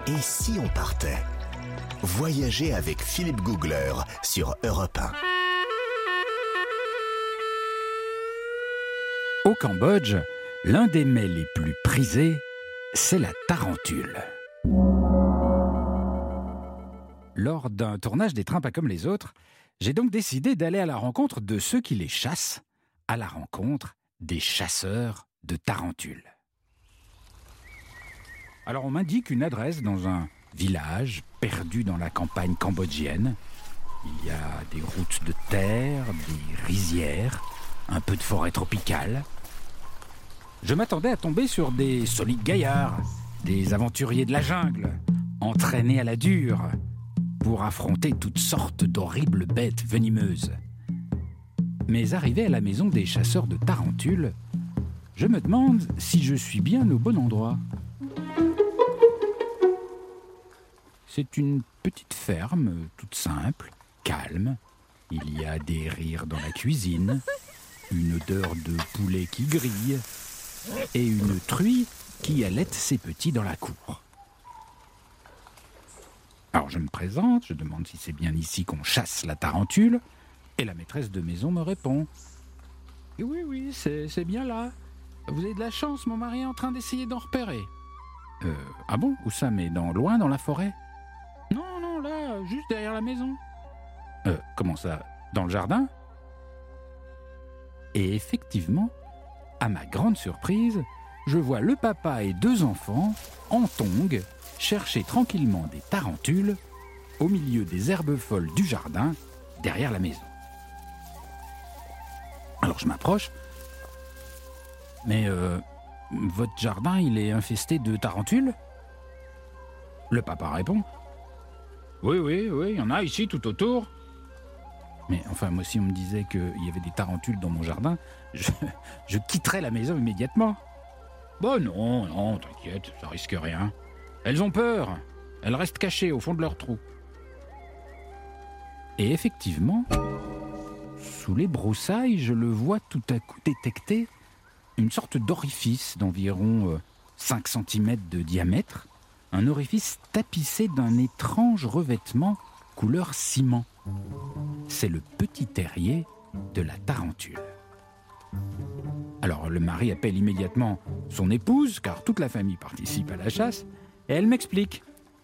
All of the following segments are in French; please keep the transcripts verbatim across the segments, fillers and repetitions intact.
Et si on partait? Voyager avec Philippe Googler sur Europe un. Au Cambodge, l'un des mets les plus prisés, c'est la tarentule. Lors d'un tournage des Trains pas comme les autres, j'ai donc décidé d'aller à la rencontre de ceux qui les chassent, à la rencontre des chasseurs de tarentules. Alors on m'indique une adresse dans un village perdu dans la campagne cambodgienne. Il y a des routes de terre, des rizières, un peu de forêt tropicale. Je m'attendais à tomber sur des solides gaillards, des aventuriers de la jungle, entraînés à la dure, pour affronter toutes sortes d'horribles bêtes venimeuses. Mais arrivé à la maison des chasseurs de tarentules, je me demande si je suis bien au bon endroit. C'est une petite ferme, toute simple, calme. Il y a des rires dans la cuisine, une odeur de poulet qui grille et une truie qui allaite ses petits dans la cour. Alors je me présente, je demande si c'est bien ici qu'on chasse la tarentule, et la maîtresse de maison me répond « Oui, oui, c'est, c'est bien là. Vous avez de la chance, mon mari est en train d'essayer d'en repérer. Euh, »« Ah bon, où ça, mais dans, loin dans la forêt ?»« Non, non, là, juste derrière la maison. »« Euh, comment ça, dans le jardin ?» Et effectivement, à ma grande surprise, je vois le papa et deux enfants, en tongs, chercher tranquillement des tarentules au milieu des herbes folles du jardin, derrière la maison. Alors je m'approche. Mais euh, votre jardin, il est infesté de tarentules ? Le papa répond. Oui, oui, oui, il y en a ici tout autour. Mais enfin, moi, si on me disait qu'il y avait des tarentules dans mon jardin, je, je quitterais la maison immédiatement. Bon, non, non, t'inquiète, ça risque rien. Elles ont peur. Elles restent cachées au fond de leur trou. Et effectivement, sous les broussailles, je le vois tout à coup détecter une sorte d'orifice d'environ cinq centimètres de diamètre, un orifice tapissé d'un étrange revêtement couleur ciment. C'est le petit terrier de la tarentule. Alors le mari appelle immédiatement son épouse, car toute la famille participe à la chasse, et elle m'explique.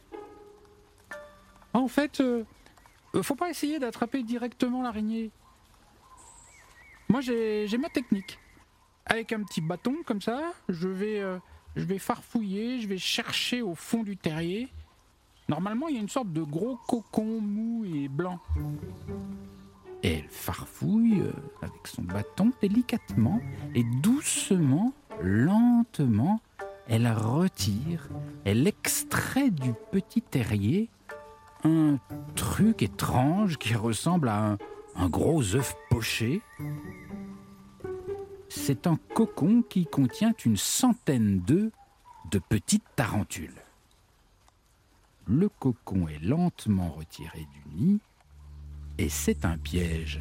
En fait, euh, faut pas essayer d'attraper directement l'araignée. Moi j'ai, j'ai ma technique. Avec un petit bâton comme ça, je vais, euh, je vais farfouiller, je vais chercher au fond du terrier. Normalement, il y a une sorte de gros cocon mou et blanc. Et elle farfouille euh, avec son bâton délicatement et doucement, lentement, elle retire, elle extrait du petit terrier un truc étrange qui ressemble à un, un gros œuf poché. C'est un cocon qui contient une centaine d'œufs de petites tarentules. Le cocon est lentement retiré du nid et c'est un piège.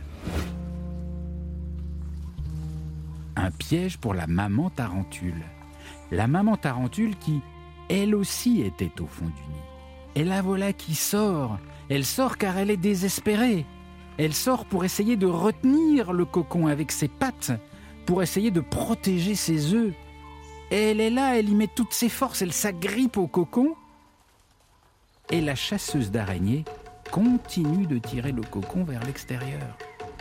Un piège pour la maman tarentule. La maman tarentule qui, elle aussi, était au fond du nid. Et la voilà qui sort. Elle sort car elle est désespérée. Elle sort pour essayer de retenir le cocon avec ses pattes, pour essayer de protéger ses œufs. Et elle est là, elle y met toutes ses forces, elle s'agrippe au cocon. Et la chasseuse d'araignées continue de tirer le cocon vers l'extérieur.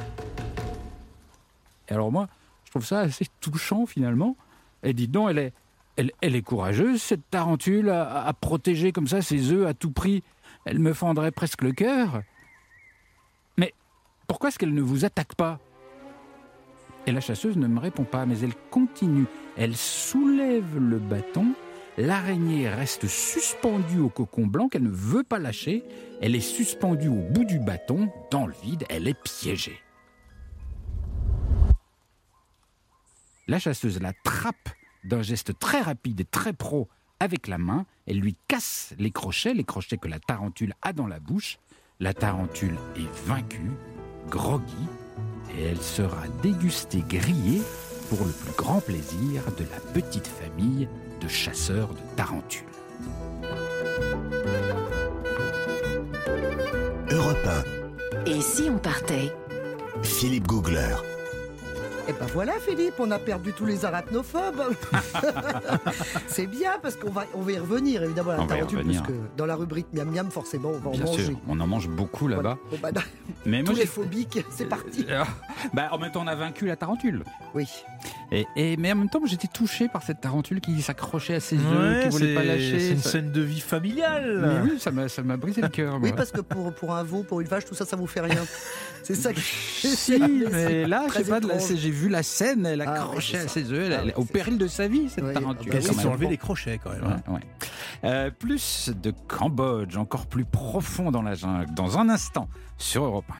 Et alors moi, je trouve ça assez touchant finalement. Et dites donc, elle est, elle, elle est courageuse, cette tarentule, à, à protéger comme ça ses œufs à tout prix. Elle me fendrait presque le cœur. Mais pourquoi est-ce qu'elle ne vous attaque pas ? Et la chasseuse ne me répond pas, mais elle continue. Elle soulève le bâton. L'araignée reste suspendue au cocon blanc qu'elle ne veut pas lâcher. Elle est suspendue au bout du bâton, dans le vide, elle est piégée. La chasseuse l'attrape d'un geste très rapide et très pro avec la main. Elle lui casse les crochets, les crochets que la tarentule a dans la bouche. La tarentule est vaincue, groggy, et elle sera dégustée grillée pour le plus grand plaisir de la petite famille de chasseurs de tarentules. Europe un. Et si on partait ? Philippe Googler. Et ben voilà Philippe, on a perdu tous les arachnophobes. C'est bien parce qu'on va, on va y revenir évidemment à la On va y tarentule, revenir. parce que dans la rubrique miam miam forcément on va en Bien manger. sûr, on en mange beaucoup là-bas. Voilà. Bon, bah, Mais tous moi, les j'ai... phobiques, c'est parti. Euh, bah, en même temps, on a vaincu la tarentule. Oui. Et, et, mais en même temps, j'étais touché par cette tarentule qui s'accrochait à ses œufs, Ouais, qui voulait c'est- pas lâcher. C'est une Ça- scène de vie familiale. Mais oui, ça m'a, ça m'a brisé le cœur. Oui, moi. parce que pour, pour un veau, pour une vache, tout ça, ça vous fait rien. C'est ça qui. Si, mais là, je très sais pas, de la- étrange. c'est- j'ai vu la scène, elle Ah, accrochait ouais, à c'est ses œufs, elle- Ah, elle- ouais, au c'est péril de sa vie, cette Oui, tarentule. bah Elles oui, se quand sont même. enlevé les crochets quand même. hein. Ouais, ouais. Euh, plus de Cambodge, encore plus profond dans la jungle, dans un instant, sur Europe un.